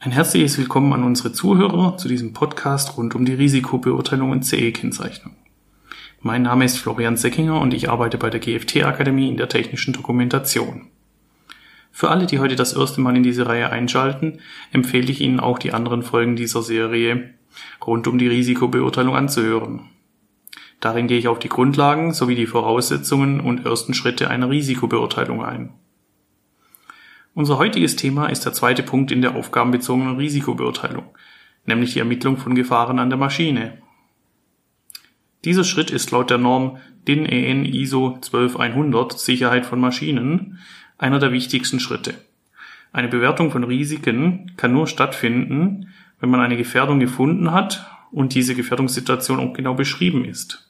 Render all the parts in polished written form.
Ein herzliches Willkommen an unsere Zuhörer zu diesem Podcast rund um die Risikobeurteilung und CE-Kennzeichnung. Mein Name ist Florian Seckinger und ich arbeite bei der GFT-Akademie in der technischen Dokumentation. Für alle, die heute das erste Mal in diese Reihe einschalten, empfehle ich Ihnen auch die anderen Folgen dieser Serie rund um die Risikobeurteilung anzuhören. Darin gehe ich auf die Grundlagen sowie die Voraussetzungen und ersten Schritte einer Risikobeurteilung ein. Unser heutiges Thema ist der zweite Punkt in der aufgabenbezogenen Risikobeurteilung, nämlich die Ermittlung von Gefahren an der Maschine. Dieser Schritt ist laut der Norm DIN EN ISO 12100 Sicherheit von Maschinen einer der wichtigsten Schritte. Eine Bewertung von Risiken kann nur stattfinden, wenn man eine Gefährdung gefunden hat und diese Gefährdungssituation auch genau beschrieben ist.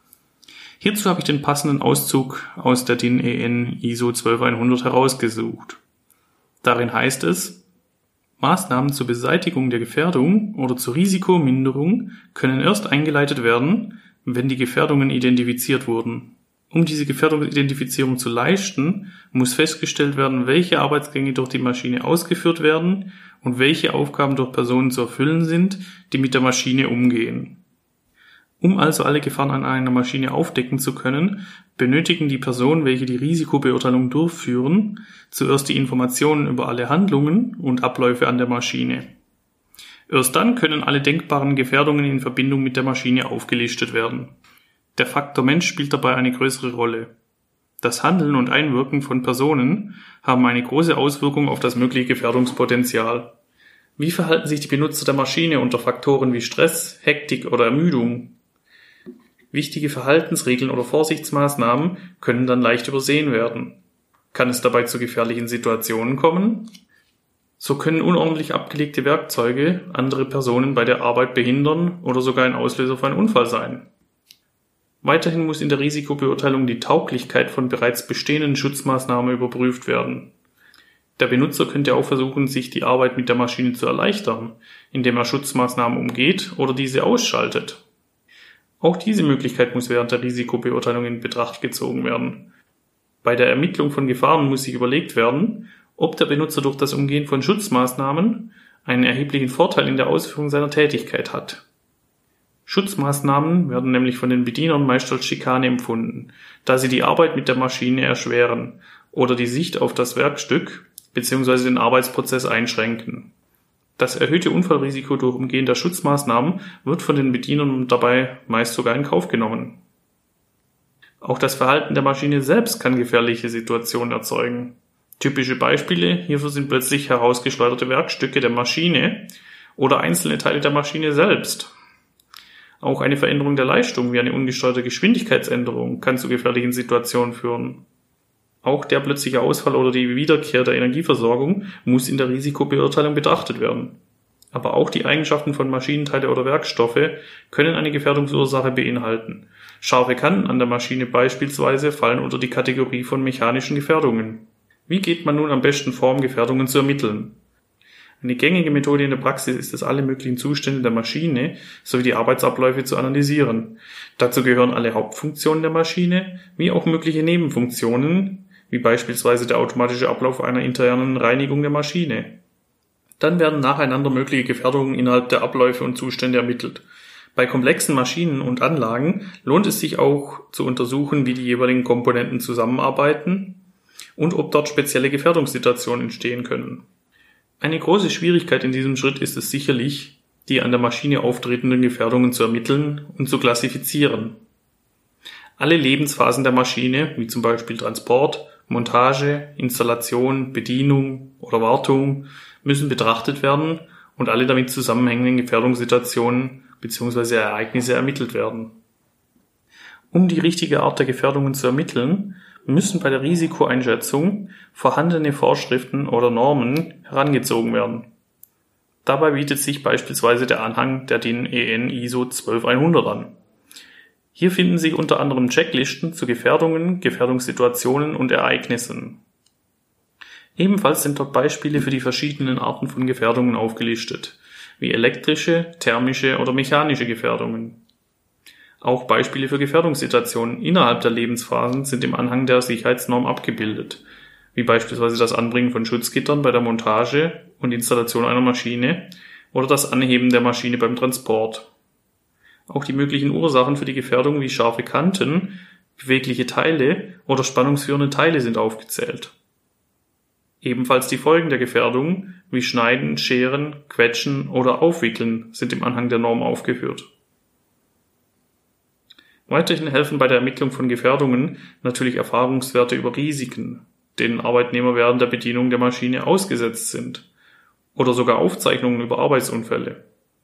Hierzu habe ich den passenden Auszug aus der DIN EN ISO 12100 herausgesucht. Darin heißt es: Maßnahmen zur Beseitigung der Gefährdung oder zur Risikominderung können erst eingeleitet werden, wenn die Gefährdungen identifiziert wurden. Um diese Gefährdungsidentifizierung zu leisten, muss festgestellt werden, welche Arbeitsgänge durch die Maschine ausgeführt werden und welche Aufgaben durch Personen zu erfüllen sind, die mit der Maschine umgehen. Um also alle Gefahren an einer Maschine aufdecken zu können, benötigen die Personen, welche die Risikobeurteilung durchführen, zuerst die Informationen über alle Handlungen und Abläufe an der Maschine. Erst dann können alle denkbaren Gefährdungen in Verbindung mit der Maschine aufgelistet werden. Der Faktor Mensch spielt dabei eine größere Rolle. Das Handeln und Einwirken von Personen haben eine große Auswirkung auf das mögliche Gefährdungspotenzial. Wie verhalten sich die Benutzer der Maschine unter Faktoren wie Stress, Hektik oder Ermüdung? Wichtige Verhaltensregeln oder Vorsichtsmaßnahmen können dann leicht übersehen werden. Kann es dabei zu gefährlichen Situationen kommen? So können unordentlich abgelegte Werkzeuge andere Personen bei der Arbeit behindern oder sogar ein Auslöser für einen Unfall sein. Weiterhin muss in der Risikobeurteilung die Tauglichkeit von bereits bestehenden Schutzmaßnahmen überprüft werden. Der Benutzer könnte auch versuchen, sich die Arbeit mit der Maschine zu erleichtern, indem er Schutzmaßnahmen umgeht oder diese ausschaltet. Auch diese Möglichkeit muss während der Risikobeurteilung in Betracht gezogen werden. Bei der Ermittlung von Gefahren muss sich überlegt werden, ob der Benutzer durch das Umgehen von Schutzmaßnahmen einen erheblichen Vorteil in der Ausführung seiner Tätigkeit hat. Schutzmaßnahmen werden nämlich von den Bedienern meist als Schikane empfunden, da sie die Arbeit mit der Maschine erschweren oder die Sicht auf das Werkstück bzw. den Arbeitsprozess einschränken. Das erhöhte Unfallrisiko durch Umgehen der Schutzmaßnahmen wird von den Bedienern dabei meist sogar in Kauf genommen. Auch das Verhalten der Maschine selbst kann gefährliche Situationen erzeugen. Typische Beispiele hierfür sind plötzlich herausgeschleuderte Werkstücke der Maschine oder einzelne Teile der Maschine selbst. Auch eine Veränderung der Leistung wie eine ungesteuerte Geschwindigkeitsänderung kann zu gefährlichen Situationen führen. Auch der plötzliche Ausfall oder die Wiederkehr der Energieversorgung muss in der Risikobeurteilung betrachtet werden. Aber auch die Eigenschaften von Maschinenteile oder Werkstoffe können eine Gefährdungsursache beinhalten. Scharfe Kanten an der Maschine beispielsweise fallen unter die Kategorie von mechanischen Gefährdungen. Wie geht man nun am besten vor, um Gefährdungen zu ermitteln? Eine gängige Methode in der Praxis ist es, alle möglichen Zustände der Maschine sowie die Arbeitsabläufe zu analysieren. Dazu gehören alle Hauptfunktionen der Maschine, wie auch mögliche Nebenfunktionen, wie beispielsweise der automatische Ablauf einer internen Reinigung der Maschine. Dann werden nacheinander mögliche Gefährdungen innerhalb der Abläufe und Zustände ermittelt. Bei komplexen Maschinen und Anlagen lohnt es sich auch zu untersuchen, wie die jeweiligen Komponenten zusammenarbeiten und ob dort spezielle Gefährdungssituationen entstehen können. Eine große Schwierigkeit in diesem Schritt ist es sicherlich, die an der Maschine auftretenden Gefährdungen zu ermitteln und zu klassifizieren. Alle Lebensphasen der Maschine, wie zum Beispiel Transport, Montage, Installation, Bedienung oder Wartung, müssen betrachtet werden und alle damit zusammenhängenden Gefährdungssituationen bzw. Ereignisse ermittelt werden. Um die richtige Art der Gefährdungen zu ermitteln, müssen bei der Risikoeinschätzung vorhandene Vorschriften oder Normen herangezogen werden. Dabei bietet sich beispielsweise der Anhang der DIN EN ISO 12100 an. Hier finden sich unter anderem Checklisten zu Gefährdungen, Gefährdungssituationen und Ereignissen. Ebenfalls sind dort Beispiele für die verschiedenen Arten von Gefährdungen aufgelistet, wie elektrische, thermische oder mechanische Gefährdungen. Auch Beispiele für Gefährdungssituationen innerhalb der Lebensphasen sind im Anhang der Sicherheitsnorm abgebildet, wie beispielsweise das Anbringen von Schutzgittern bei der Montage und Installation einer Maschine oder das Anheben der Maschine beim Transport. Auch die möglichen Ursachen für die Gefährdung wie scharfe Kanten, bewegliche Teile oder spannungsführende Teile sind aufgezählt. Ebenfalls die Folgen der Gefährdung wie Schneiden, Scheren, Quetschen oder Aufwickeln sind im Anhang der Norm aufgeführt. Weiterhin helfen bei der Ermittlung von Gefährdungen natürlich Erfahrungswerte über Risiken, denen Arbeitnehmer während der Bedienung der Maschine ausgesetzt sind, oder sogar Aufzeichnungen über Arbeitsunfälle.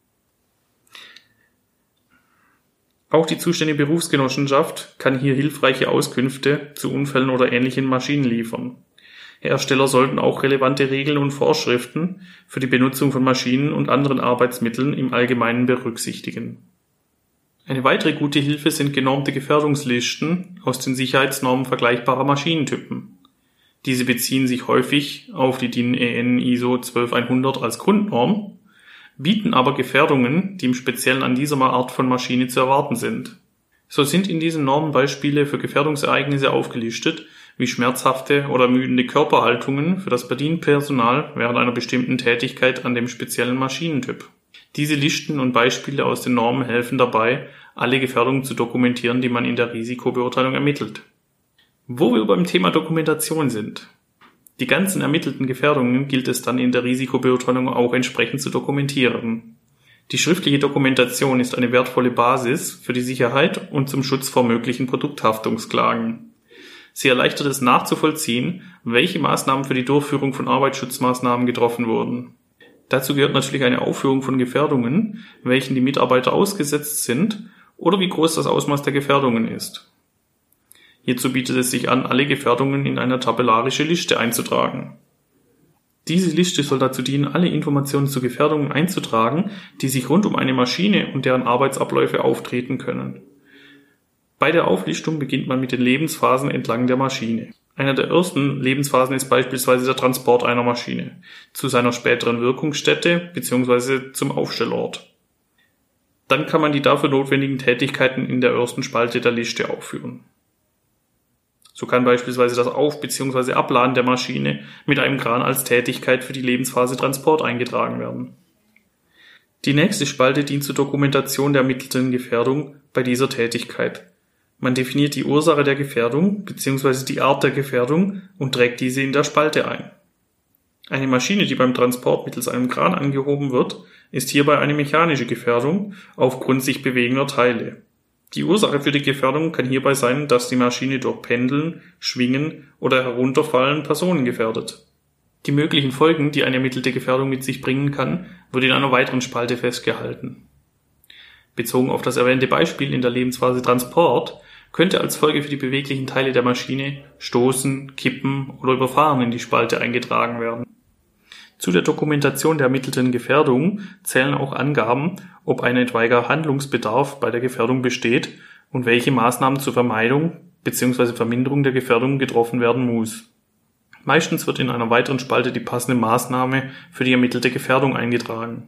Auch die zuständige Berufsgenossenschaft kann hier hilfreiche Auskünfte zu Unfällen oder ähnlichen Maschinen liefern. Hersteller sollten auch relevante Regeln und Vorschriften für die Benutzung von Maschinen und anderen Arbeitsmitteln im Allgemeinen berücksichtigen. Eine weitere gute Hilfe sind genormte Gefährdungslisten aus den Sicherheitsnormen vergleichbarer Maschinentypen. Diese beziehen sich häufig auf die DIN EN ISO 12100 als Grundnorm, bieten aber Gefährdungen, die im Speziellen an dieser Art von Maschine zu erwarten sind. So sind in diesen Normen Beispiele für Gefährdungsereignisse aufgelistet, wie schmerzhafte oder ermüdende Körperhaltungen für das Bedienpersonal während einer bestimmten Tätigkeit an dem speziellen Maschinentyp. Diese Listen und Beispiele aus den Normen helfen dabei, alle Gefährdungen zu dokumentieren, die man in der Risikobeurteilung ermittelt. Wo wir beim Thema Dokumentation sind. Die ganzen ermittelten Gefährdungen gilt es dann in der Risikobeurteilung auch entsprechend zu dokumentieren. Die schriftliche Dokumentation ist eine wertvolle Basis für die Sicherheit und zum Schutz vor möglichen Produkthaftungsklagen. Sie erleichtert es nachzuvollziehen, welche Maßnahmen für die Durchführung von Arbeitsschutzmaßnahmen getroffen wurden. Dazu gehört natürlich eine Aufführung von Gefährdungen, welchen die Mitarbeiter ausgesetzt sind oder wie groß das Ausmaß der Gefährdungen ist. Hierzu bietet es sich an, alle Gefährdungen in eine tabellarische Liste einzutragen. Diese Liste soll dazu dienen, alle Informationen zu Gefährdungen einzutragen, die sich rund um eine Maschine und deren Arbeitsabläufe auftreten können. Bei der Auflistung beginnt man mit den Lebensphasen entlang der Maschine. Einer der ersten Lebensphasen ist beispielsweise der Transport einer Maschine zu seiner späteren Wirkungsstätte bzw. zum Aufstellort. Dann kann man die dafür notwendigen Tätigkeiten in der ersten Spalte der Liste aufführen. So kann beispielsweise das Auf- bzw. Abladen der Maschine mit einem Kran als Tätigkeit für die Lebensphase Transport eingetragen werden. Die nächste Spalte dient zur Dokumentation der ermittelten Gefährdung bei dieser Tätigkeit. Man definiert die Ursache der Gefährdung bzw. die Art der Gefährdung und trägt diese in der Spalte ein. Eine Maschine, die beim Transport mittels einem Kran angehoben wird, ist hierbei eine mechanische Gefährdung aufgrund sich bewegender Teile. Die Ursache für die Gefährdung kann hierbei sein, dass die Maschine durch Pendeln, Schwingen oder Herunterfallen Personen gefährdet. Die möglichen Folgen, die eine ermittelte Gefährdung mit sich bringen kann, wird in einer weiteren Spalte festgehalten. Bezogen auf das erwähnte Beispiel in der Lebensphase Transport könnte als Folge für die beweglichen Teile der Maschine Stoßen, Kippen oder Überfahren in die Spalte eingetragen werden. Zu der Dokumentation der ermittelten Gefährdung zählen auch Angaben, ob ein etwaiger Handlungsbedarf bei der Gefährdung besteht und welche Maßnahmen zur Vermeidung bzw. Verminderung der Gefährdung getroffen werden muss. Meistens wird in einer weiteren Spalte die passende Maßnahme für die ermittelte Gefährdung eingetragen.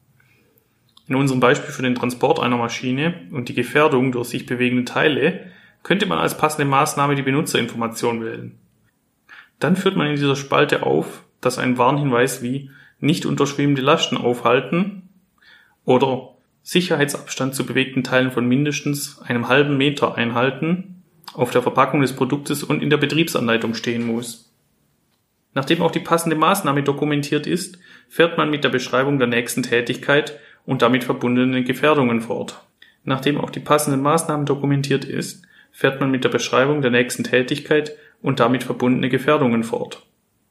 In unserem Beispiel für den Transport einer Maschine und die Gefährdung durch sich bewegende Teile könnte man als passende Maßnahme die Benutzerinformation wählen. Dann führt man in dieser Spalte auf, dass ein Warnhinweis wie nicht unter schwebende Lasten aufhalten oder Sicherheitsabstand zu bewegten Teilen von mindestens einem halben Meter einhalten auf der Verpackung des Produktes und in der Betriebsanleitung stehen muss. Nachdem auch die passende Maßnahme dokumentiert ist, fährt man mit der Beschreibung der nächsten Tätigkeit und damit verbundenen Gefährdungen fort. Nachdem auch die passenden Maßnahmen dokumentiert ist, fährt man mit der Beschreibung der nächsten Tätigkeit und damit verbundene Gefährdungen fort.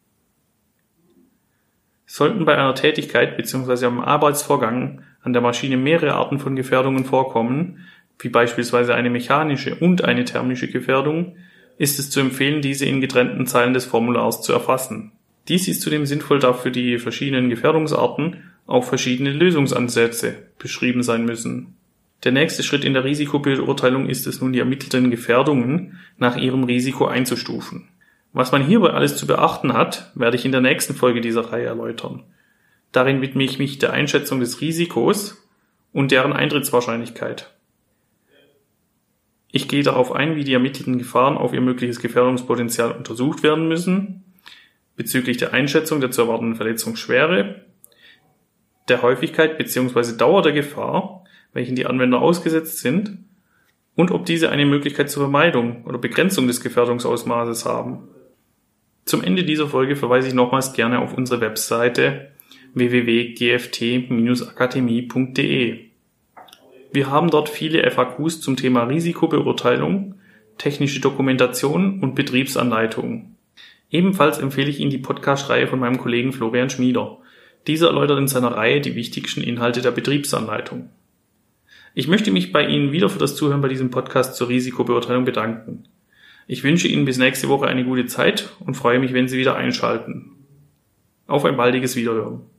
Sollten bei einer Tätigkeit bzw. einem Arbeitsvorgang an der Maschine mehrere Arten von Gefährdungen vorkommen, wie beispielsweise eine mechanische und eine thermische Gefährdung, ist es zu empfehlen, diese in getrennten Zeilen des Formulars zu erfassen. Dies ist zudem sinnvoll, da für die verschiedenen Gefährdungsarten auch verschiedene Lösungsansätze beschrieben sein müssen. Der nächste Schritt in der Risikobeurteilung ist es nun, die ermittelten Gefährdungen nach ihrem Risiko einzustufen. Was man hierbei alles zu beachten hat, werde ich in der nächsten Folge dieser Reihe erläutern. Darin widme ich mich der Einschätzung des Risikos und deren Eintrittswahrscheinlichkeit. Ich gehe darauf ein, wie die ermittelten Gefahren auf ihr mögliches Gefährdungspotenzial untersucht werden müssen, bezüglich der Einschätzung der zu erwartenden Verletzungsschwere, der Häufigkeit bzw. Dauer der Gefahr, welchen die Anwender ausgesetzt sind, und ob diese eine Möglichkeit zur Vermeidung oder Begrenzung des Gefährdungsausmaßes haben. Zum Ende dieser Folge verweise ich nochmals gerne auf unsere Webseite www.gft-akademie.de. Wir haben dort viele FAQs zum Thema Risikobeurteilung, technische Dokumentation und Betriebsanleitungen. Ebenfalls empfehle ich Ihnen die Podcast-Reihe von meinem Kollegen Florian Schmieder. Dieser erläutert in seiner Reihe die wichtigsten Inhalte der Betriebsanleitung. Ich möchte mich bei Ihnen wieder für das Zuhören bei diesem Podcast zur Risikobeurteilung bedanken. Ich wünsche Ihnen bis nächste Woche eine gute Zeit und freue mich, wenn Sie wieder einschalten. Auf ein baldiges Wiederhören.